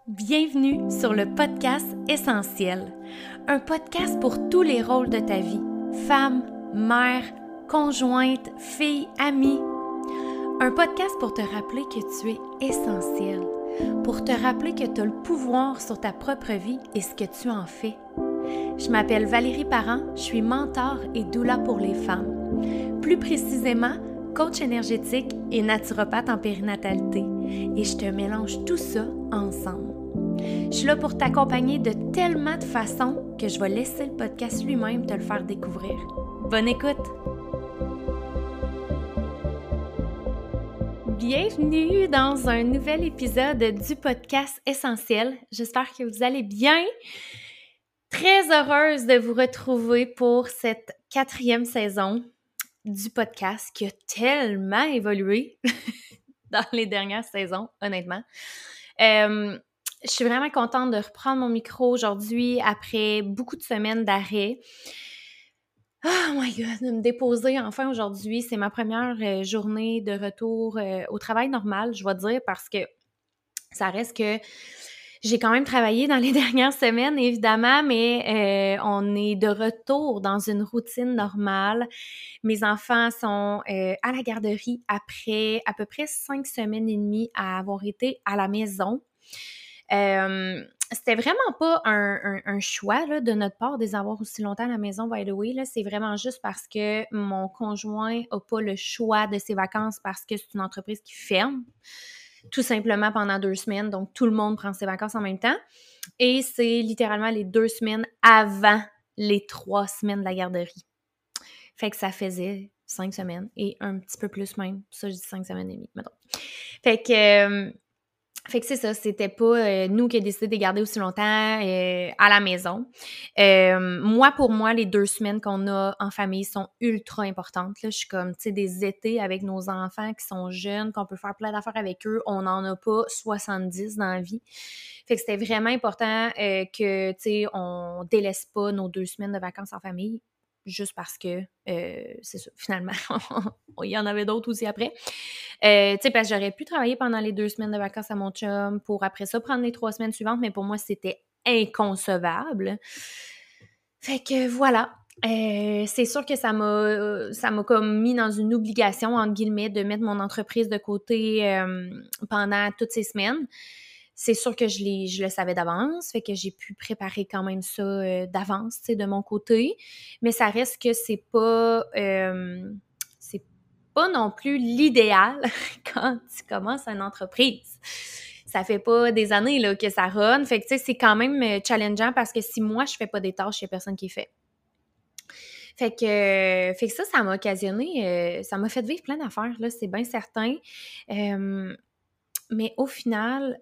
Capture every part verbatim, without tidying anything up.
Bienvenue sur le podcast Essentiel, un podcast pour tous les rôles de ta vie, femme, mère, conjointe, fille, amie. Un podcast pour te rappeler que tu es essentiel, pour te rappeler que tu as le pouvoir sur ta propre vie et ce que tu en fais. Je m'appelle Valérie Parent, je suis mentor et doula pour les femmes. Plus précisément, coach énergétique et naturopathe en périnatalité. Et je te mélange tout ça ensemble. Je suis là pour t'accompagner de tellement de façons que je vais laisser le podcast lui-même te le faire découvrir. Bonne écoute! Bienvenue dans un nouvel épisode du podcast Essentiel. J'espère que vous allez bien. Très heureuse de vous retrouver pour cette quatrième saison du podcast qui a tellement évolué dans les dernières saisons, honnêtement. Euh, je suis vraiment contente de reprendre mon micro aujourd'hui après beaucoup de semaines d'arrêt. Oh my God, de me déposer enfin aujourd'hui. C'est ma première euh, journée de retour euh, au travail normal, je vais dire, parce que ça reste que j'ai quand même travaillé dans les dernières semaines, évidemment, mais euh, on est de retour dans une routine normale. Mes enfants sont euh, à la garderie après à peu près cinq semaines et demie à avoir été à la maison. Euh, c'était vraiment pas un, un, un choix là, de notre part de les avoir aussi longtemps à la maison, by the way. Là. C'est vraiment juste parce que mon conjoint n'a pas le choix de ses vacances parce que c'est une entreprise qui ferme tout simplement pendant deux semaines. Donc, tout le monde prend ses vacances en même temps. Et c'est littéralement les deux semaines avant les trois semaines de la garderie. Fait que ça faisait cinq semaines et un petit peu plus même. Ça, je dis cinq semaines et demie, mettons. Fait que... Euh, Fait que c'est ça, c'était pas euh, nous qui avons décidé de les garder aussi longtemps euh, à la maison. Euh, moi, pour moi, les deux semaines qu'on a en famille sont ultra importantes. Là. Je suis comme, tu sais, des étés avec nos enfants qui sont jeunes, qu'on peut faire plein d'affaires avec eux. On n'en a pas soixante-dix dans la vie. Fait que c'était vraiment important euh, que, tu sais, on délaisse pas nos deux semaines de vacances en famille. Juste parce que, euh, c'est ça, finalement, il y en avait d'autres aussi après. Euh, tu sais, parce que j'aurais pu travailler pendant les deux semaines de vacances à mon chum pour après ça prendre les trois semaines suivantes, mais pour moi, c'était inconcevable. Fait que voilà. Euh, c'est sûr que ça m'a ça m'a comme mis dans une obligation, entre guillemets, de mettre mon entreprise de côté euh, pendant toutes ces semaines. C'est sûr que je, l'ai, je le savais d'avance, fait que j'ai pu préparer quand même ça euh, d'avance, tu sais, de mon côté. Mais ça reste que c'est pas... Euh, c'est pas non plus l'idéal quand tu commences une entreprise. Ça fait pas des années là, que ça run. Fait que, tu sais, c'est quand même challengeant parce que si moi, je fais pas des tâches, il y a personne qui fait. Fait que, euh, fait que ça, ça m'a occasionné... Euh, ça m'a fait vivre plein d'affaires, là, c'est bien certain. Euh, mais au final...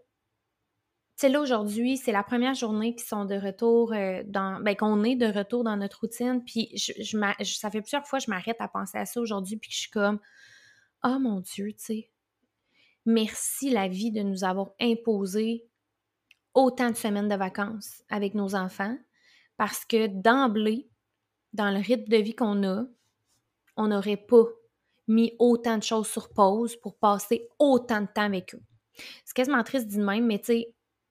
Tu sais, là, aujourd'hui, c'est la première journée qu'ils sont de retour euh, dans... Ben, qu'on est de retour dans notre routine. Puis, je, je, je, ça fait plusieurs fois que je m'arrête à penser à ça aujourd'hui, puis que je suis comme, oh mon Dieu, tu sais, merci la vie de nous avoir imposé autant de semaines de vacances avec nos enfants, parce que d'emblée, dans le rythme de vie qu'on a, on n'aurait pas mis autant de choses sur pause pour passer autant de temps avec eux. C'est quasiment triste dit de même, mais tu sais,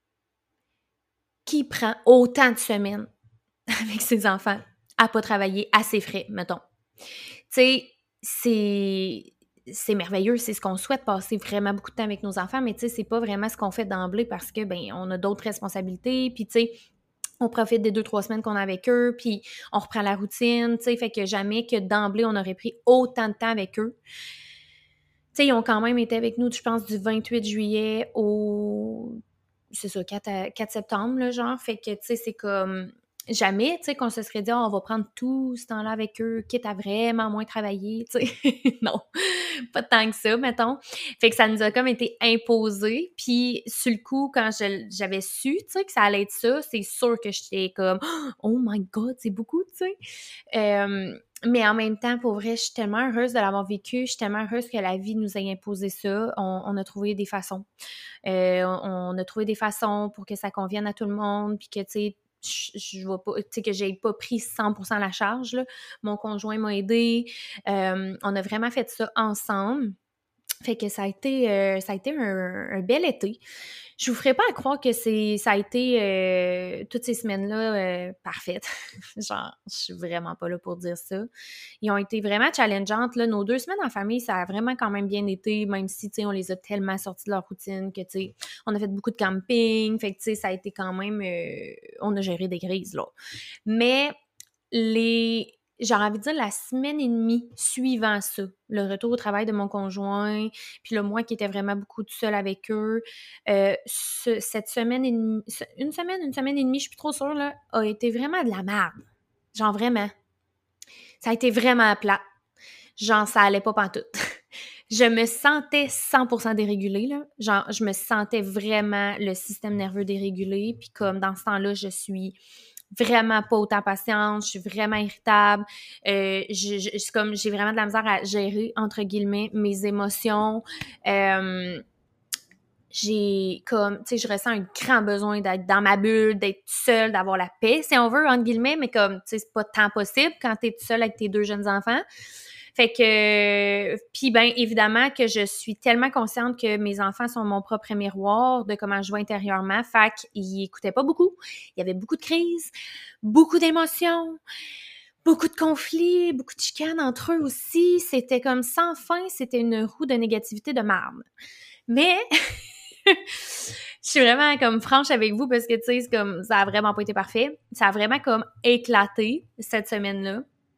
qui prend autant de semaines avec ses enfants à pas travailler à ses frais, mettons. Tu sais, c'est... c'est merveilleux, c'est ce qu'on souhaite, passer vraiment beaucoup de temps avec nos enfants, mais tu sais, c'est pas vraiment ce qu'on fait d'emblée parce que, ben, on a d'autres responsabilités, puis tu sais, on profite des deux, trois semaines qu'on a avec eux, puis on reprend la routine, tu sais, fait que jamais que d'emblée, on aurait pris autant de temps avec eux. Tu sais, ils ont quand même été avec nous, je pense, du vingt-huit juillet au... c'est ça, quatre septembre, là, genre. Fait que, tu sais, c'est comme... Jamais, tu sais, qu'on se serait dit, oh, on va prendre tout ce temps-là avec eux, quitte à vraiment moins travailler, tu sais. Non, pas tant que ça, mettons. Fait que ça nous a comme été imposé. Puis, sur le coup, quand je, j'avais su, tu sais, que ça allait être ça, c'est sûr que j'étais comme, oh my God, c'est beaucoup, tu sais. Euh, mais en même temps, pour vrai, je suis tellement heureuse de l'avoir vécu. Je suis tellement heureuse que la vie nous ait imposé ça. On, on a trouvé des façons. Euh, on, on a trouvé des façons pour que ça convienne à tout le monde, puis que, tu sais, je, je vois pas, tu sais, que j'ai pas pris cent pour cent la charge, là. Mon conjoint m'a aidé. Euh, on a vraiment fait ça ensemble. Fait que ça a été, euh, ça a été un, un bel été. Je vous ferai pas à croire que c'est, ça a été euh, toutes ces semaines-là euh, parfaites. Genre, je suis vraiment pas là pour dire ça. Ils ont été vraiment challengeantes. Là. Nos deux semaines en famille, ça a vraiment quand même bien été, même si, tu sais, on les a tellement sortis de leur routine que, tu sais, on a fait beaucoup de camping. Fait que, tu sais, ça a été quand même... Euh, on a géré des crises, là. Mais les... J'ai envie de dire la semaine et demie suivant ça, le retour au travail de mon conjoint, puis le moi qui était vraiment beaucoup tout seul avec eux, euh, ce, cette semaine et demie, une semaine, une semaine et demie, je suis plus trop sûre, là, a été vraiment de la merde. Genre vraiment. Ça a été vraiment plat. Genre, ça allait pas pantoute. Je me sentais cent pour cent dérégulée, là. Genre, je me sentais vraiment le système nerveux dérégulé, puis comme dans ce temps-là, je suis vraiment pas autant patiente, je suis vraiment irritable, euh, je, je, c'est comme, j'ai vraiment de la misère à gérer, entre guillemets, mes émotions, euh, j'ai comme, tu sais, je ressens un grand besoin d'être dans ma bulle, d'être seule, d'avoir la paix, si on veut, entre guillemets, mais comme, tu sais, c'est pas tant possible quand t'es seule avec tes deux jeunes enfants. Fait que, puis ben évidemment que je suis tellement consciente que mes enfants sont mon propre miroir de comment je vois intérieurement, fait qu'ils écoutaient pas beaucoup. Il y avait beaucoup de crises, beaucoup d'émotions, beaucoup de conflits, beaucoup de chicanes entre eux aussi. C'était comme sans fin, c'était une roue de négativité de marde. Mais je suis vraiment comme franche avec vous parce que tu sais, c'est comme ça a vraiment pas été parfait. Ça a vraiment comme éclaté cette semaine-là.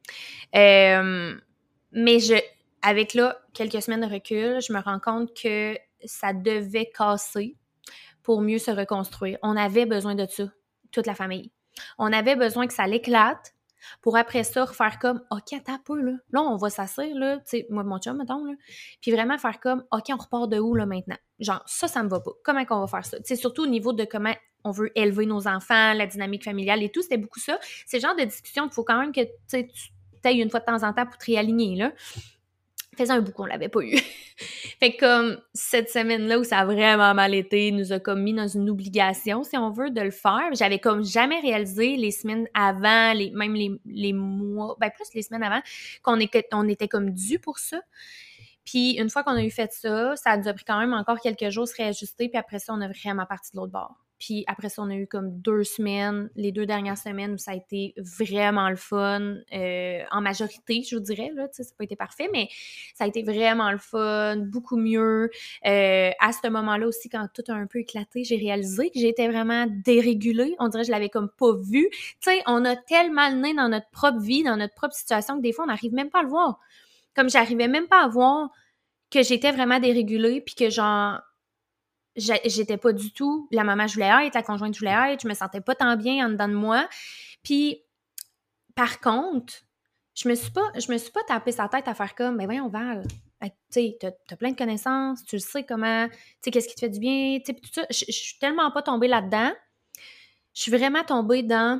Euh, Mais je, avec là, quelques semaines de recul, je me rends compte que ça devait casser pour mieux se reconstruire. On avait besoin de ça, toute la famille. On avait besoin que ça l'éclate pour après ça refaire comme « OK, attends un peu, là. Là, on va s'asseoir, là. » Tu sais, moi, mon chum, mettons, là. Puis vraiment faire comme « OK, on repart de où, là, maintenant? » Genre, ça, ça me va pas. Comment qu'on va faire ça? Tu sais, surtout au niveau de comment on veut élever nos enfants, la dynamique familiale et tout, c'était beaucoup ça. C'est le genre de discussion qu'il faut quand même que, tu sais, tu t'ailles une fois de temps en temps pour te réaligner, là. Faisait un bout qu'on l'avait pas eu. Fait que comme cette semaine-là où ça a vraiment mal été, nous a comme mis dans une obligation, si on veut, de le faire. J'avais comme jamais réalisé les semaines avant, les, même les, les mois, ben plus les semaines avant, qu'on était, on était comme dû pour ça. Puis une fois qu'on a eu fait ça, ça nous a pris quand même encore quelques jours de se réajuster, puis après ça, on a vraiment parti de l'autre bord. Puis après ça, on a eu comme deux semaines, les deux dernières semaines où ça a été vraiment le fun, euh, en majorité, je vous dirais, là, tu sais, ça n'a pas été parfait, mais ça a été vraiment le fun, beaucoup mieux. Euh, à ce moment-là aussi, quand tout a un peu éclaté, j'ai réalisé que j'étais vraiment dérégulée. On dirait que je l'avais comme pas vu. Tu sais, on a tellement le nez dans notre propre vie, dans notre propre situation, que des fois, on n'arrive même pas à le voir. Comme j'arrivais même pas à voir que j'étais vraiment dérégulée, puis que genre, j'étais pas du tout la maman que je voulais être, la conjointe que je voulais être, je me sentais pas tant bien en dedans de moi. Puis, par contre, je me suis pas, je me suis pas tapé sa tête à faire comme, ben voyons Val, tu sais, t'as, t'as plein de connaissances, tu le sais comment, tu sais, qu'est-ce qui te fait du bien, tu sais, tout ça. Je, je suis tellement pas tombée là-dedans. Je suis vraiment tombée dans,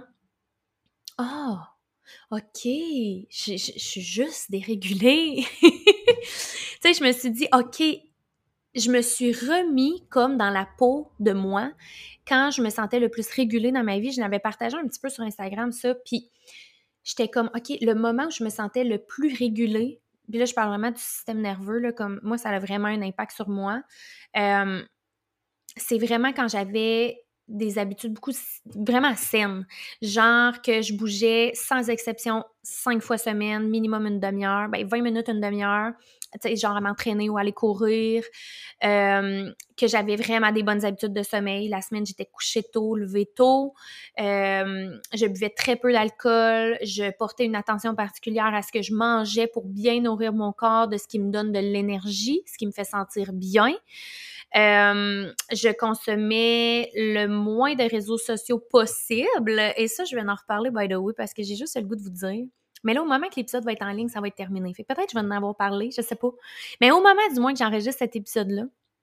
ah, oh, OK, je, je, je suis juste dérégulée. Tu sais, je me suis dit, OK, je me suis remis comme dans la peau de moi quand je me sentais le plus régulée dans ma vie. Je l'avais partagé un petit peu sur Instagram, ça, puis j'étais comme, OK, le moment où je me sentais le plus régulée, puis là, je parle vraiment du système nerveux, là, comme moi, ça a vraiment un impact sur moi. Euh, c'est vraiment quand j'avais des habitudes beaucoup, vraiment saines. Genre que je bougeais sans exception cinq fois semaine, minimum une demi-heure, ben vingt minutes, une demi-heure, tu sais, genre à m'entraîner ou aller courir, euh, que j'avais vraiment des bonnes habitudes de sommeil. La semaine, j'étais couchée tôt, levée tôt, euh, je buvais très peu d'alcool, je portais une attention particulière à ce que je mangeais pour bien nourrir mon corps de ce qui me donne de l'énergie, ce qui me fait sentir bien. Euh, je consommais le moins de réseaux sociaux possible. Et ça, je vais en reparler, by the way, parce que j'ai juste le goût de vous dire. Mais là, au moment que l'épisode va être en ligne, ça va être terminé. Fait que peut-être que je vais en avoir parlé, je sais pas. Mais au moment, du moins, que j'enregistre cet épisode-là,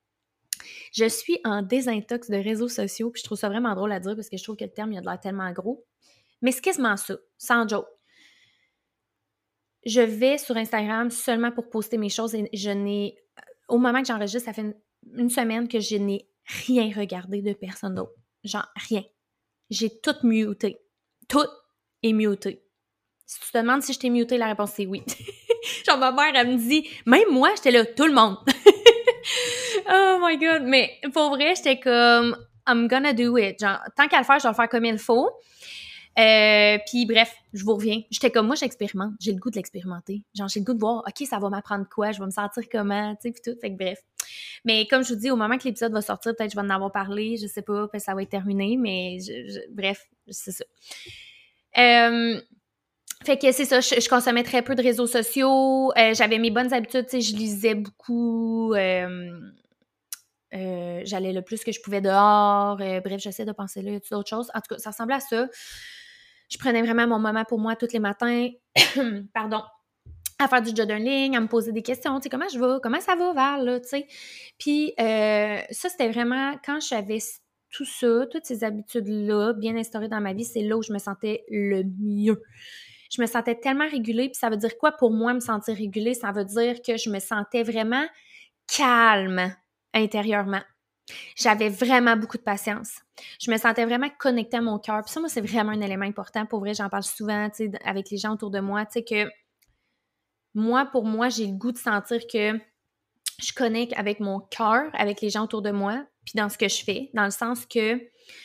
je suis en désintox de réseaux sociaux. Puis je trouve ça vraiment drôle à dire parce que je trouve que le terme, il a de l'air tellement gros. Mais c'est quasiment ça, sans joke. Je vais sur Instagram seulement pour poster mes choses et je n'ai... Au moment que j'enregistre, ça fait une, une semaine que je n'ai rien regardé de personne d'autre. Genre, rien. J'ai tout muté. Tout est muté. Si tu te demandes si je t'ai muté, la réponse c'est oui. Genre, ma mère, elle me dit, même moi, j'étais là, tout le monde. Oh my God! Mais pour vrai, j'étais comme, I'm gonna do it. Genre, tant qu'à le faire, je vais le faire comme il faut. Euh, puis bref, je vous reviens. J'étais comme, moi, j'expérimente. J'ai le goût de l'expérimenter. Genre, j'ai le goût de voir, OK, ça va m'apprendre quoi? Je vais me sentir comment? Tu sais, puis tout. Fait que bref. Mais comme je vous dis, au moment que l'épisode va sortir, peut-être que je vais en avoir parlé. Je sais pas, peut-être que ça va être terminé. Mais je, je, bref, c'est ça. Euh... Fait que c'est ça, je, je consommais très peu de réseaux sociaux, euh, j'avais mes bonnes habitudes, tu sais, je lisais beaucoup, euh, euh, j'allais le plus que je pouvais dehors, euh, bref, j'essaie de penser là, d'autres choses. En tout cas, ça ressemblait à ça. Je prenais vraiment mon moment pour moi tous les matins, pardon, à faire du journaling, à me poser des questions, tu sais, comment je vais, comment ça va, Val, là, tu sais. Puis euh, ça, c'était vraiment, quand j'avais tout ça, toutes ces habitudes-là bien instaurées dans ma vie, c'est là où je me sentais le mieux. Je me sentais tellement régulée, puis ça veut dire quoi pour moi me sentir régulée? Ça veut dire que je me sentais vraiment calme intérieurement. J'avais vraiment beaucoup de patience. Je me sentais vraiment connectée à mon cœur. Puis ça, moi, c'est vraiment un élément important. Pour vrai, j'en parle souvent, tu sais, avec les gens autour de moi, tu sais, que moi, pour moi, j'ai le goût de sentir que je connecte avec mon cœur, avec les gens autour de moi, puis dans ce que je fais, dans le sens que...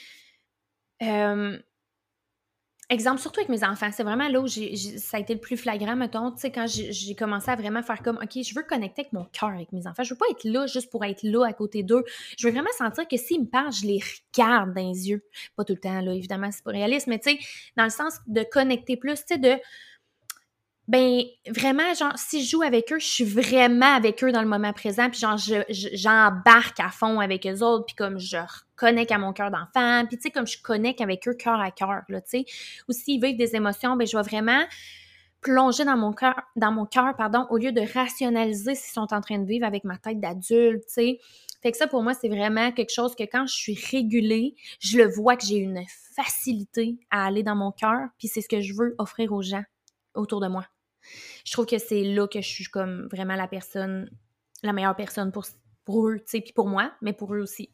Euh, Exemple, surtout avec mes enfants, c'est vraiment là où j'ai, j'ai, ça a été le plus flagrant, mettons, tu sais, quand j'ai, j'ai commencé à vraiment faire comme, OK, je veux connecter avec mon cœur, avec mes enfants. Je veux pas être là juste pour être là à côté d'eux. Je veux vraiment sentir que s'ils me parlent, je les regarde dans les yeux. Pas tout le temps, là, évidemment, c'est pas réaliste, mais tu sais, dans le sens de connecter plus, tu sais, de... Ben, vraiment, genre, si je joue avec eux, je suis vraiment avec eux dans le moment présent, puis genre, je, je, j'embarque à fond avec eux autres, puis comme je reconnecte à mon cœur d'enfant, puis tu sais, comme je connecte avec eux cœur à cœur, là, tu sais. Ou s'ils vivent des émotions, ben je vais vraiment plonger dans mon cœur, dans mon cœur, pardon, au lieu de rationaliser ce qu'ils sont en train de vivre avec ma tête d'adulte, tu sais. Fait que ça, pour moi, c'est vraiment quelque chose que quand je suis régulée, je le vois que j'ai une facilité à aller dans mon cœur, puis c'est ce que je veux offrir aux gens autour de moi. Je trouve que c'est là que je suis comme vraiment la personne, la meilleure personne pour, pour eux, tu sais, puis pour moi, mais pour eux aussi.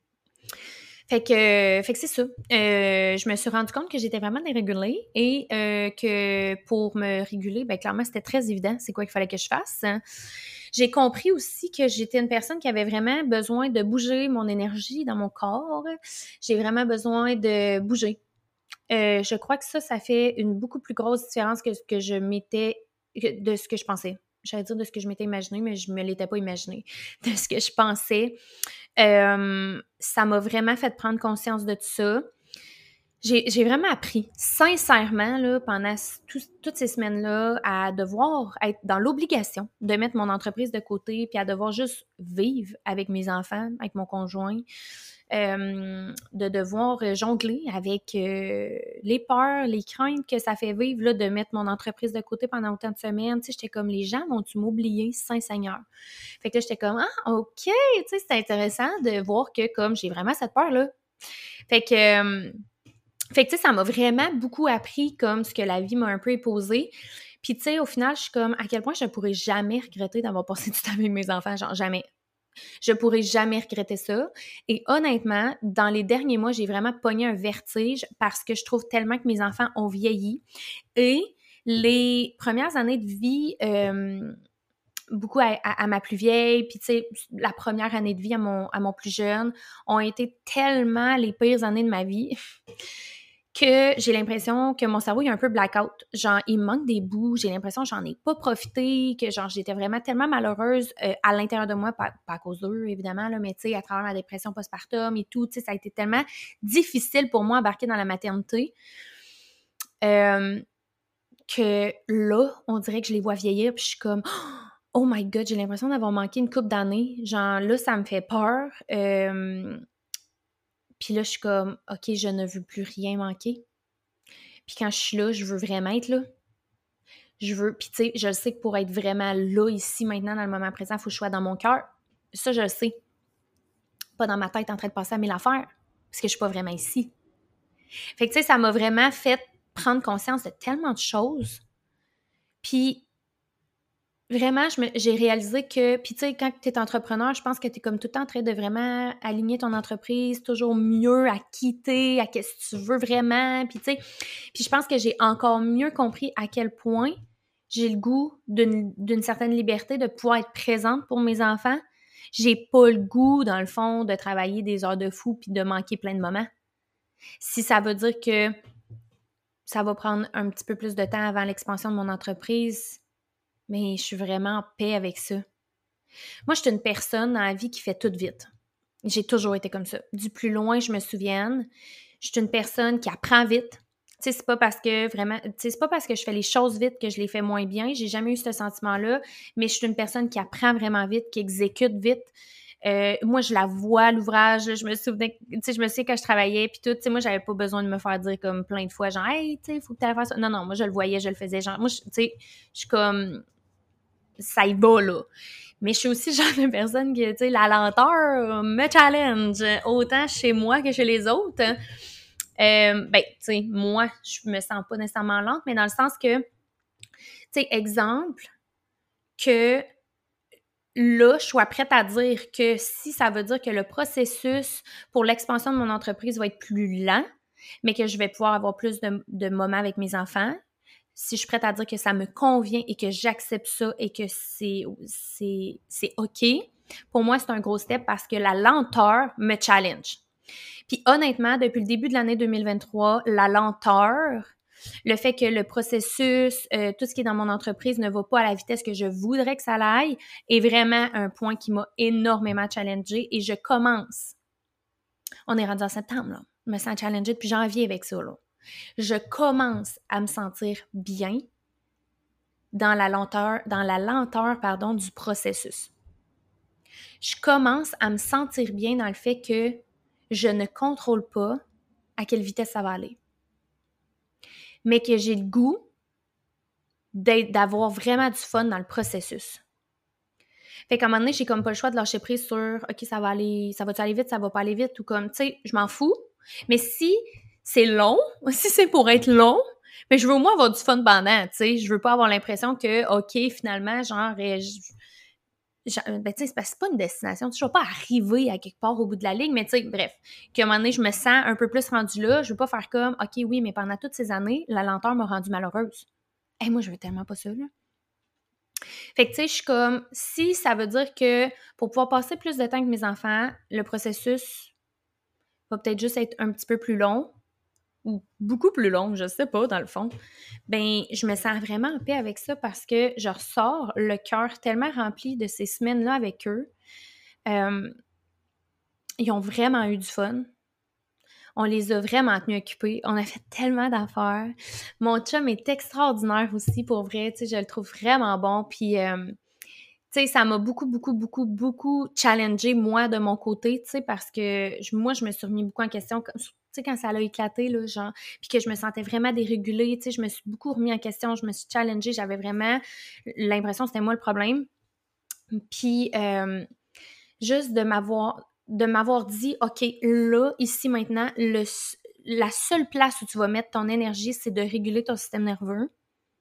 Fait que, fait que c'est ça. Euh, je me suis rendu compte que j'étais vraiment dérégulée et euh, que pour me réguler, ben clairement, c'était très évident c'est quoi qu'il fallait que je fasse. J'ai compris aussi que j'étais une personne qui avait vraiment besoin de bouger mon énergie dans mon corps. J'ai vraiment besoin de bouger. Euh, je crois que ça, ça fait une beaucoup plus grosse différence que ce que je m'étais, de ce que je pensais. J'allais dire de ce que je m'étais imaginé, mais je me l'étais pas imaginé. De ce que je pensais. Euh, ça m'a vraiment fait prendre conscience de tout ça. J'ai, j'ai vraiment appris, sincèrement, là, pendant tout, toutes ces semaines-là, à devoir être dans l'obligation de mettre mon entreprise de côté, puis à devoir juste vivre avec mes enfants, avec mon conjoint, euh, de devoir jongler avec euh, les peurs, les craintes que ça fait vivre, là, de mettre mon entreprise de côté pendant autant de semaines. Tu sais, j'étais comme, les gens vont-tu m'oublier, Saint-Seigneur? Fait que là, j'étais comme, ah, OK, tu sais, c'est intéressant de voir que, comme, j'ai vraiment cette peur-là. Fait que... Euh, Fait que, tu sais, ça m'a vraiment beaucoup appris comme ce que la vie m'a un peu imposé. Puis, tu sais, au final, je suis comme, à quel point je pourrais jamais regretter d'avoir passé du temps avec mes enfants. Genre, jamais. Je pourrais jamais regretter ça. Et honnêtement, dans les derniers mois, j'ai vraiment pogné un vertige parce que je trouve tellement que mes enfants ont vieilli. Et les premières années de vie... Euh, beaucoup à, à, à ma plus vieille, puis tu sais, la première année de vie à mon, à mon plus jeune, ont été tellement les pires années de ma vie que j'ai l'impression que mon cerveau, il est un peu blackout. Genre, il me manque des bouts, j'ai l'impression que j'en ai pas profité, que genre, j'étais vraiment tellement malheureuse euh, à l'intérieur de moi, pas, pas à cause d'eux, évidemment, là, mais tu sais, à travers ma dépression postpartum et tout, tu sais, ça a été tellement difficile pour moi d'embarquer dans la maternité euh, que là, on dirait que je les vois vieillir, puis je suis comme... Oh my God, j'ai l'impression d'avoir manqué une couple d'années. Genre, là, ça me fait peur. Euh... Puis là, je suis comme, OK, je ne veux plus rien manquer. Puis quand je suis là, je veux vraiment être là. Je veux... Puis tu sais, je sais que pour être vraiment là, ici, maintenant, dans le moment présent, il faut que je sois dans mon cœur. Ça, je le sais. Pas dans ma tête en train de passer à mille affaires. Parce que je suis pas vraiment ici. Fait que tu sais, ça m'a vraiment fait prendre conscience de tellement de choses. Puis... Vraiment, je me, j'ai réalisé que, puis tu sais, quand tu es entrepreneur, je pense que tu es comme tout le temps en train de vraiment aligner ton entreprise, toujours mieux à quitter, à qu'est-ce que tu veux vraiment, puis tu sais, puis je pense que j'ai encore mieux compris à quel point j'ai le goût d'une, d'une certaine liberté de pouvoir être présente pour mes enfants. J'ai pas le goût, dans le fond, de travailler des heures de fou puis de manquer plein de moments. Si ça veut dire que ça va prendre un petit peu plus de temps avant l'expansion de mon entreprise, mais je suis vraiment en paix avec ça. Moi, je suis une personne dans la vie qui fait tout vite. J'ai toujours été comme ça. Du plus loin je me souvienne, je suis une personne qui apprend vite. Tu sais, c'est pas parce que vraiment, tu sais, c'est pas parce que je fais les choses vite que je les fais moins bien. J'ai jamais eu ce sentiment-là, mais je suis une personne qui apprend vraiment vite, qui exécute vite. Euh, moi, je la vois, l'ouvrage, là, je me souvenais, tu sais, je me souviens quand je travaillais, puis tout, tu sais, moi, j'avais pas besoin de me faire dire comme plein de fois, genre, hey, tu sais, faut que tu ailles faire ça. Non, non, moi, je le voyais, je le faisais, genre, moi, tu sais, je suis comme, ça y va, là. Mais je suis aussi le genre de personne qui, tu sais, la lenteur me challenge, autant chez moi que chez les autres. Euh, ben, tu sais, moi, je me sens pas nécessairement lente, mais dans le sens que, tu sais, exemple, que là, je sois prête à dire que si ça veut dire que le processus pour l'expansion de mon entreprise va être plus lent, mais que je vais pouvoir avoir plus de, de moments avec mes enfants, si je suis prête à dire que ça me convient et que j'accepte ça et que c'est, c'est, c'est OK, pour moi, c'est un gros step parce que la lenteur me challenge. Puis honnêtement, depuis le début de l'année deux mille vingt-trois, la lenteur, le fait que le processus, euh, tout ce qui est dans mon entreprise ne va pas à la vitesse que je voudrais que ça aille, est vraiment un point qui m'a énormément challengée et je commence. On est rendu en septembre, là. Je me sens challengée depuis janvier avec ça, là. Je commence à me sentir bien dans la lenteur, dans la lenteur, pardon, du processus. Je commence à me sentir bien dans le fait que je ne contrôle pas à quelle vitesse ça va aller. Mais que j'ai le goût d'avoir vraiment du fun dans le processus. Fait qu'à un moment donné, j'ai comme pas le choix de lâcher prise sur « OK, ça va aller, ça va-tu aller vite, ça va pas aller vite? » ou comme, tu sais, je m'en fous. Mais si c'est long, si c'est pour être long, mais je veux au moins avoir du fun pendant, tu sais. Je veux pas avoir l'impression que, OK, finalement, genre, je, je, ben, tu sais, c'est pas une destination. Je ne vais pas arriver à quelque part au bout de la ligne, mais tu sais, bref, qu'à un moment donné, je me sens un peu plus rendue là. Je veux pas faire comme, OK, oui, mais pendant toutes ces années, la lenteur m'a rendue malheureuse. Hey, moi, je veux tellement pas ça, là. Fait que, tu sais, je suis comme, si ça veut dire que pour pouvoir passer plus de temps avec mes enfants, le processus va peut-être juste être un petit peu plus long, ou beaucoup plus long, je sais pas, dans le fond, ben je me sens vraiment en paix avec ça parce que je ressors le cœur tellement rempli de ces semaines-là avec eux. Euh, ils ont vraiment eu du fun. On les a vraiment tenus occupés. On a fait tellement d'affaires. Mon chum est extraordinaire aussi, pour vrai. Tu sais, je le trouve vraiment bon. Puis, euh, tu sais, ça m'a beaucoup, beaucoup, beaucoup, beaucoup challengé, moi, de mon côté, tu sais, parce que je, moi, je me suis remis beaucoup en question, tu sais, quand ça a éclaté, là, genre, puis que je me sentais vraiment dérégulée, tu sais, je me suis beaucoup remis en question, je me suis challengée, j'avais vraiment l'impression que c'était moi le problème. Puis, euh, juste de m'avoir de m'avoir dit, OK, là, ici, maintenant, le, la seule place où tu vas mettre ton énergie, c'est de réguler ton système nerveux.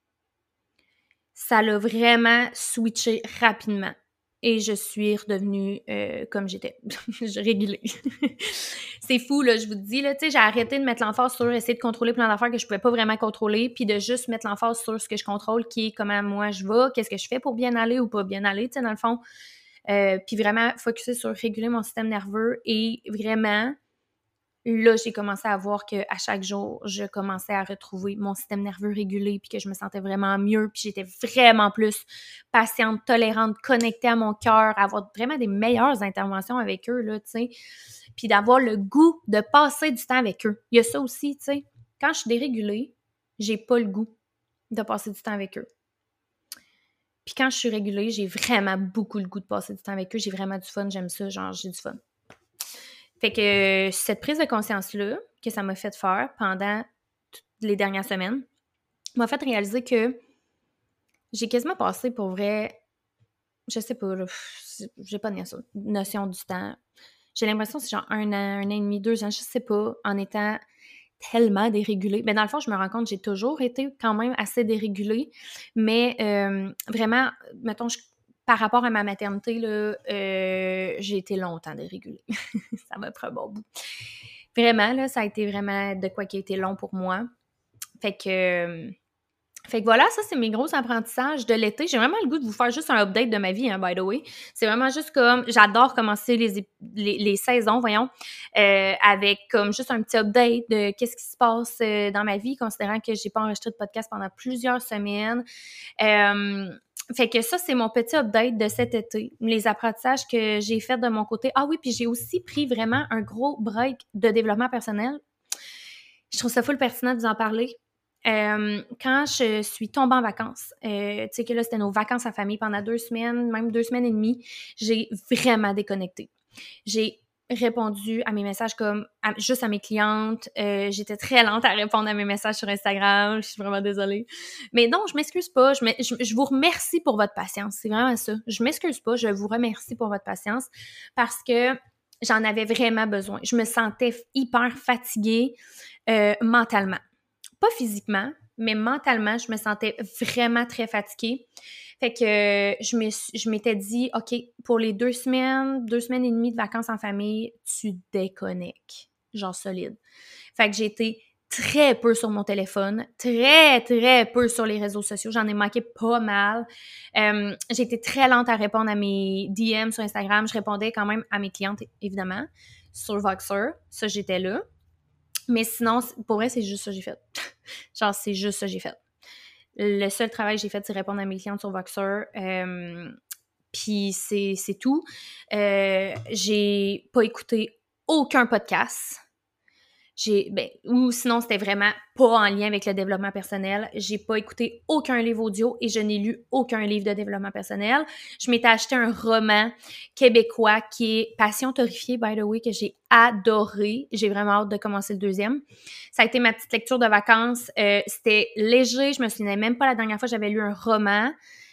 Ça l'a vraiment switché rapidement. Et je suis redevenue euh, comme j'étais. Je régulée. C'est fou, là, je vous dis, là, tu sais, j'ai arrêté de mettre l'emphase sur essayer de contrôler plein d'affaires que je pouvais pas vraiment contrôler, puis de juste mettre l'emphase sur ce que je contrôle, qui est comment moi je vais, qu'est-ce que je fais pour bien aller ou pas bien aller, tu sais, dans le fond. Euh, puis vraiment focuser sur réguler mon système nerveux et vraiment, là, j'ai commencé à voir qu'à chaque jour, je commençais à retrouver mon système nerveux régulé puis que je me sentais vraiment mieux puis j'étais vraiment plus patiente, tolérante, connectée à mon cœur, avoir vraiment des meilleures interventions avec eux, là, tu sais, puis d'avoir le goût de passer du temps avec eux. Il y a ça aussi, tu sais. Quand je suis dérégulée, j'ai pas le goût de passer du temps avec eux. Puis quand je suis régulée, j'ai vraiment beaucoup le goût de passer du temps avec eux. J'ai vraiment du fun, j'aime ça, genre j'ai du fun. Fait que cette prise de conscience-là, que ça m'a fait faire pendant toutes les dernières semaines, m'a fait réaliser que j'ai quasiment passé pour vrai, je sais pas, là, j'ai pas de notion du temps. J'ai l'impression que c'est genre un an, un an et demi, deux ans, je sais pas, en étant tellement dérégulée. Mais dans le fond, je me rends compte que j'ai toujours été quand même assez dérégulée, mais euh, vraiment, mettons, je, par rapport à ma maternité, là, euh, j'ai été longtemps dérégulée. Ça m'a pris un bon bout. Vraiment, là, ça a été vraiment de quoi qui a été long pour moi. Fait que, Fait que voilà, ça, c'est mes gros apprentissages de l'été. J'ai vraiment le goût de vous faire juste un update de ma vie, hein, by the way. C'est vraiment juste comme, j'adore commencer les, les, les saisons, voyons, euh, avec comme juste un petit update de qu'est-ce qui se passe euh, dans ma vie, considérant que j'ai pas enregistré de podcast pendant plusieurs semaines. Euh, fait que ça, c'est mon petit update de cet été. Les apprentissages que j'ai faits de mon côté. Ah oui, puis j'ai aussi pris vraiment un gros break de développement personnel. Je trouve ça full pertinent de vous en parler. Euh, quand je suis tombée en vacances, euh, tu sais que là, c'était nos vacances en famille pendant deux semaines, même deux semaines et demie, j'ai vraiment déconnecté. J'ai répondu à mes messages comme à, juste à mes clientes. Euh, j'étais très lente à répondre à mes messages sur Instagram. Je suis vraiment désolée. Mais non, je m'excuse pas. Je, je, je vous remercie pour votre patience. C'est vraiment ça. Je m'excuse pas. Je vous remercie pour votre patience parce que j'en avais vraiment besoin. Je me sentais hyper fatiguée euh, mentalement. Pas physiquement, mais mentalement, je me sentais vraiment très fatiguée. Fait que euh, je, me, je m'étais dit, OK, pour les deux semaines, deux semaines et demie de vacances en famille, tu déconnectes. Genre solide. Fait que j'ai été très peu sur mon téléphone, très, très peu sur les réseaux sociaux. J'en ai manqué pas mal. Euh, j'ai été très lente à répondre à mes D M sur Instagram. Je répondais quand même à mes clientes, évidemment, sur Voxer. Ça, j'étais là. Mais sinon, pour vrai, c'est juste ça que j'ai fait. Genre, c'est juste ça que j'ai fait. Le seul travail que j'ai fait, c'est répondre à mes clientes sur Voxer. Euh, Puis c'est, c'est tout. Euh, j'ai pas écouté aucun podcast. J'ai, ben, ou sinon, c'était vraiment pas en lien avec le développement personnel. J'ai pas écouté aucun livre audio et je n'ai lu aucun livre de développement personnel. Je m'étais acheté un roman québécois qui est Passion torréfiée, by the way, que j'ai adoré. J'ai vraiment hâte de commencer le deuxième. Ça a été ma petite lecture de vacances. Euh, c'était léger. Je me souvenais même pas la dernière fois que j'avais lu un roman.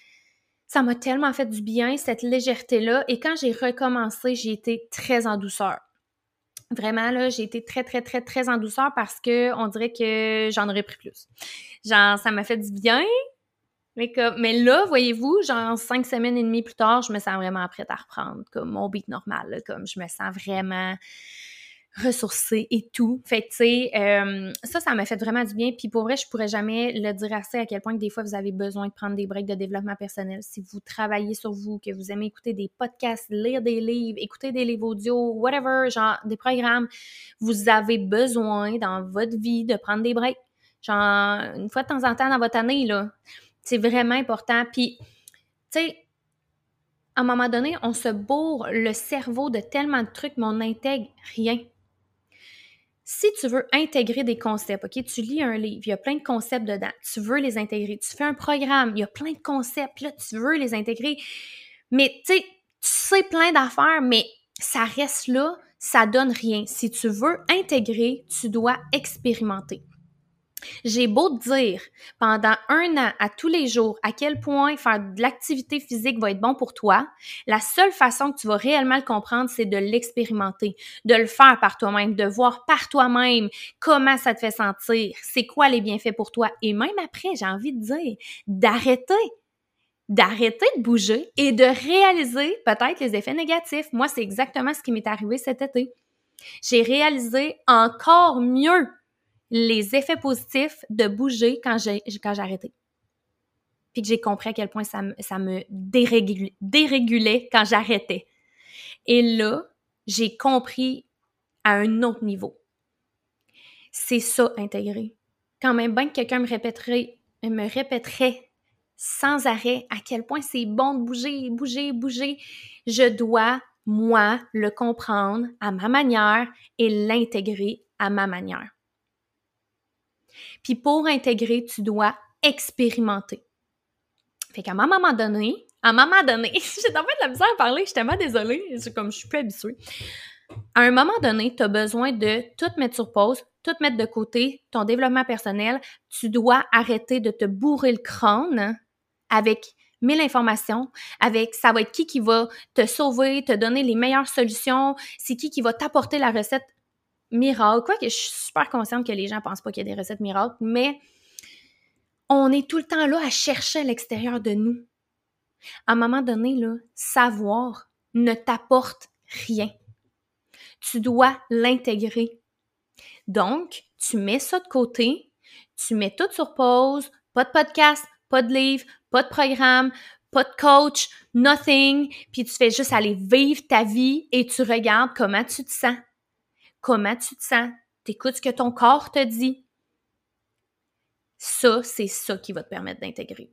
Ça m'a tellement fait du bien, cette légèreté-là. Et quand j'ai recommencé, j'ai été très en douceur. Vraiment, là, j'ai été très, très, très, très en douceur parce que on dirait que j'en aurais pris plus. Genre, ça m'a fait du bien, mais comme, mais là, voyez-vous, genre, cinq semaines et demie plus tard, je me sens vraiment prête à reprendre, comme mon beat normal, là, comme je me sens vraiment ressourcée et tout. Fait que, tu sais, euh, ça, ça m'a fait vraiment du bien. Puis pour vrai, je pourrais jamais le dire assez à quel point que des fois, vous avez besoin de prendre des breaks de développement personnel. Si vous travaillez sur vous, que vous aimez écouter des podcasts, lire des livres, écouter des livres audio, whatever, genre des programmes, vous avez besoin dans votre vie de prendre des breaks. Genre, une fois de temps en temps dans votre année, là. C'est vraiment important. Puis, tu sais, à un moment donné, on se bourre le cerveau de tellement de trucs, mais on n'intègre rien. Si tu veux intégrer des concepts, OK, tu lis un livre, il y a plein de concepts dedans, tu veux les intégrer, tu fais un programme, il y a plein de concepts, là, tu veux les intégrer, mais tu sais, tu sais plein d'affaires, mais ça reste là, ça donne rien. Si tu veux intégrer, tu dois expérimenter. J'ai beau te dire pendant un an, à tous les jours, à quel point faire de l'activité physique va être bon pour toi, la seule façon que tu vas réellement le comprendre, c'est de l'expérimenter, de le faire par toi-même, de voir par toi-même comment ça te fait sentir, c'est quoi les bienfaits pour toi. Et même après, j'ai envie de dire, d'arrêter. D'arrêter de bouger et de réaliser peut-être les effets négatifs. Moi, c'est exactement ce qui m'est arrivé cet été. J'ai réalisé encore mieux les effets positifs de bouger quand j'ai, quand j'ai arrêté. Puis que j'ai compris à quel point ça me, ça me dérégulait, dérégulait quand j'arrêtais. Et là, j'ai compris à un autre niveau. C'est ça, intégrer. Quand même bien que quelqu'un me répéterait, me répéterait sans arrêt à quel point c'est bon de bouger, bouger, bouger, je dois, moi, le comprendre à ma manière et l'intégrer à ma manière. Puis pour intégrer, tu dois expérimenter. Fait qu'à un moment donné, à un moment donné, j'ai en fait de la misère à parler, je suis tellement désolée, c'est comme je suis plus habituée. À un moment donné, tu as besoin de tout mettre sur pause, tout mettre de côté, ton développement personnel. Tu dois arrêter de te bourrer le crâne avec mille informations, avec ça va être qui qui va te sauver, te donner les meilleures solutions, c'est qui qui va t'apporter la recette miracle, quoi que je suis super consciente que les gens pensent pas qu'il y a des recettes miracles, mais on est tout le temps là à chercher à l'extérieur de nous. À un moment donné, là, savoir ne t'apporte rien. Tu dois l'intégrer. Donc, tu mets ça de côté, tu mets tout sur pause, Pas de podcast, pas de livre, pas de programme, pas de coach, nothing, puis tu fais juste aller vivre ta vie et tu regardes comment tu te sens. Comment tu te sens? T'écoutes ce que ton corps te dit. Ça, c'est ça qui va te permettre d'intégrer.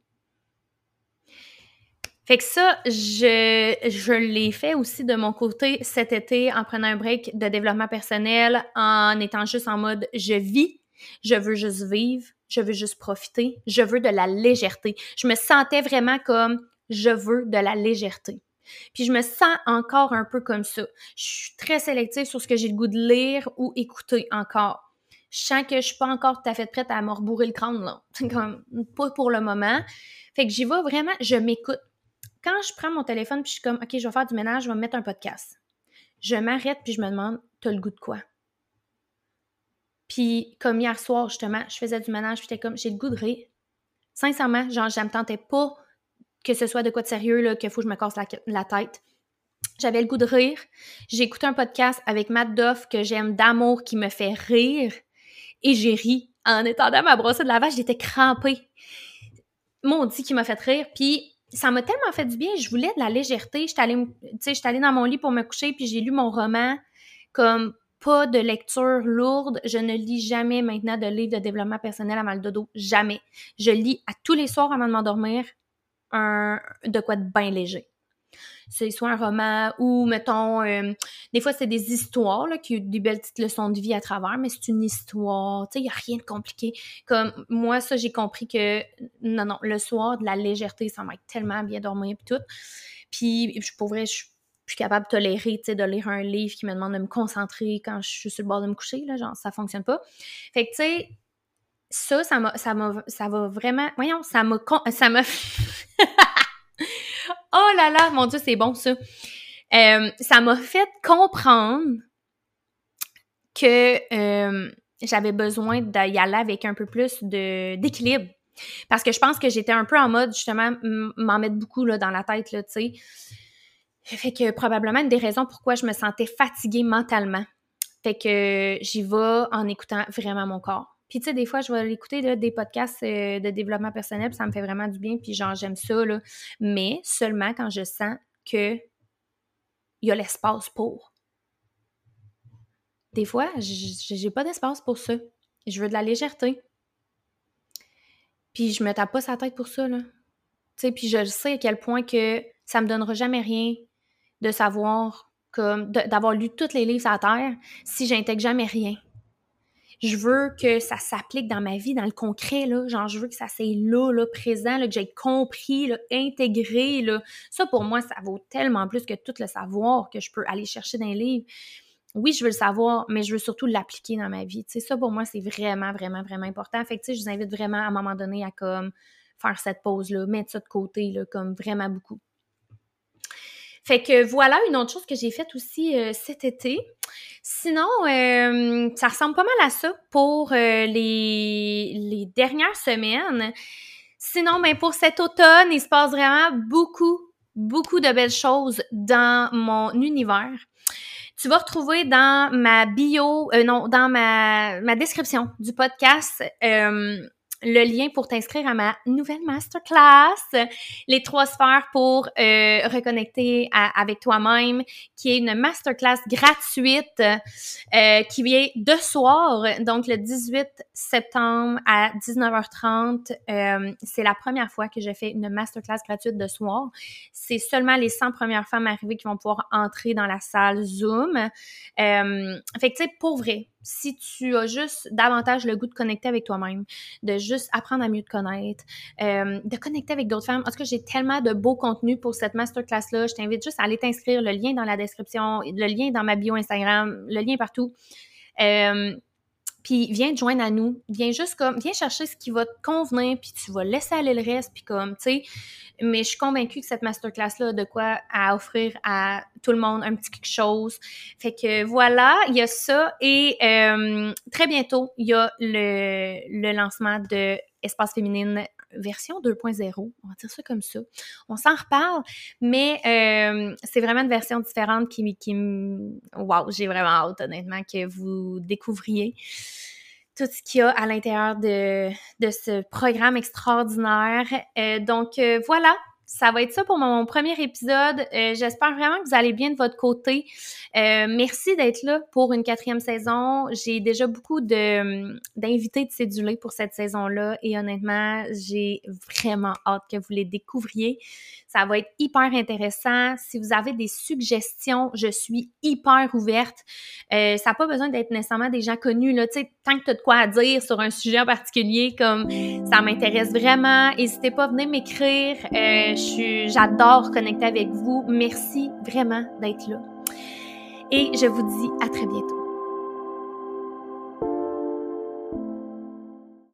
Fait que ça, je, je l'ai fait aussi de mon côté cet été en prenant un break de développement personnel, en étant juste en mode « je vis ». Je veux juste vivre, je veux juste profiter, je veux de la légèreté. Je me sentais vraiment comme je veux de la légèreté. Puis je me sens encore un peu comme ça. Je suis très sélective sur ce que j'ai le goût de lire ou écouter encore. Je sens que je suis pas encore tout à fait prête à me rebourrer le crâne, là. Comme, pas pour le moment. Fait que j'y vais vraiment, je m'écoute. Quand je prends mon téléphone puis je suis comme, OK, je vais faire du ménage, je vais me mettre un podcast. Je m'arrête puis je me demande, t'as le goût de quoi? Puis, comme hier soir, justement, je faisais du ménage, puis j'étais comme, j'ai le goût de rire. Sincèrement, genre, je me tentais pas que ce soit de quoi de sérieux, là, qu'il faut que je me casse la, la tête. J'avais le goût de rire. J'ai écouté un podcast avec Matt Duff que j'aime d'amour, qui me fait rire. Et j'ai ri en étendant ma brosse de lavage. J'étais crampée. Maudit qui m'a fait rire. Puis, ça m'a tellement fait du bien. Je voulais de la légèreté. J'étais allée, tu sais, j'étais allée dans mon lit pour me coucher, puis j'ai lu mon roman comme... Pas de lecture lourde. Je ne lis jamais maintenant de livres de développement personnel avant le dodo. Jamais. Je lis à tous les soirs avant de m'endormir un, de quoi de bien léger. C'est soit un roman ou, mettons, euh, des fois, c'est des histoires là, qui ont des belles petites leçons de vie à travers, mais c'est une histoire. Tu sais, il n'y a rien de compliqué. Comme moi, ça, j'ai compris que non, non, le soir, de la légèreté, ça m'aide tellement bien dormir et tout. Puis, je pourrais... Je, Je suis capable de tolérer, tu sais, de lire un livre qui me demande de me concentrer quand je suis sur le bord de me coucher, là, genre, ça fonctionne pas. Fait que, tu sais, ça, ça m'a, ça m'a, ça va vraiment, voyons, ça m'a, ça m'a, oh là là, mon Dieu, c'est bon, ça. Euh, ça m'a fait comprendre que euh, j'avais besoin d'y aller avec un peu plus de, d'équilibre. Parce que je pense que j'étais un peu en mode, justement, m'en mettre beaucoup, là, dans la tête, là, tu sais. Fait que probablement une des raisons pourquoi je me sentais fatiguée mentalement. Fait que j'y vais en écoutant vraiment mon corps. Puis tu sais, des fois, je vais écouter là, des podcasts euh, de développement personnel, puis ça me fait vraiment du bien, puis genre, j'aime ça, là. Mais seulement quand je sens que il y a l'espace pour. Des fois, j'ai pas d'espace pour ça. Je veux de la légèreté. Puis je me tape pas sa tête pour ça, là. Tu sais, puis je sais à quel point que ça me donnera jamais rien de savoir, comme, de, d'avoir lu tous les livres sur la Terre si j'intègre jamais rien. Je veux que ça s'applique dans ma vie, dans le concret, là. Genre, je veux que ça soit là, là, présent, là, que j'ai compris, là, intégré, là. Ça, pour moi, ça vaut tellement plus que tout le savoir que je peux aller chercher dans les livres. Oui, je veux le savoir, mais je veux surtout l'appliquer dans ma vie. Tu sais, ça, pour moi, c'est vraiment, vraiment, vraiment important. Fait que, tu sais, je vous invite vraiment, à un moment donné, à, comme, faire cette pause-là, mettre ça de côté, là, comme vraiment beaucoup. Fait que voilà une autre chose que j'ai faite aussi euh, cet été. Sinon, euh, ça ressemble pas mal à ça pour euh, les, les dernières semaines. Sinon, ben pour cet automne, il se passe vraiment beaucoup, beaucoup de belles choses dans mon univers. Tu vas retrouver dans ma bio, euh, non, dans ma, ma description du podcast, euh, le lien pour t'inscrire à ma nouvelle masterclass, les trois sphères pour euh, reconnecter à, avec toi-même, qui est une masterclass gratuite euh, qui est de soir, donc le dix-huit septembre à dix-neuf heures trente. Euh, c'est la première fois que je fais une masterclass gratuite de soir. C'est seulement les cent premières femmes arrivées qui vont pouvoir entrer dans la salle Zoom. Euh, fait que tu sais, pour vrai, si tu as juste davantage le goût de connecter avec toi-même, de juste apprendre à mieux te connaître, euh, de connecter avec d'autres femmes. En tout cas, j'ai tellement de beaux contenus pour cette masterclass-là. Je t'invite juste à aller t'inscrire, le lien dans la description, le lien dans ma bio Instagram, le lien partout. Euh, Puis viens te joindre à nous, viens juste comme, viens chercher ce qui va te convenir, puis tu vas laisser aller le reste, puis comme, tu sais, mais je suis convaincue que cette masterclass-là a de quoi à offrir à tout le monde, un petit quelque chose. Fait que voilà, il y a ça, et euh, très bientôt, il y a le, le lancement de Espace Féminine version deux point zéro, on va dire ça comme ça. On s'en reparle, mais euh, c'est vraiment une version différente qui, qui wow, j'ai vraiment hâte, honnêtement, que vous découvriez tout ce qu'il y a à l'intérieur de, de ce programme extraordinaire. Euh, donc, euh, voilà. Ça va être ça pour mon premier épisode. Euh, j'espère vraiment que vous allez bien de votre côté. Euh, merci d'être là pour une quatrième saison. J'ai déjà beaucoup de d'invités de cédulés pour cette saison-là et honnêtement, j'ai vraiment hâte que vous les découvriez. Ça va être hyper intéressant. Si vous avez des suggestions, je suis hyper ouverte. Euh, ça n'a pas besoin d'être nécessairement des gens connus, là. Tu sais, tant que tu as de quoi à dire sur un sujet en particulier, comme ça m'intéresse vraiment, n'hésitez pas à venir m'écrire. Euh, je suis, j'adore connecter avec vous. Merci vraiment d'être là. Et je vous dis à très bientôt.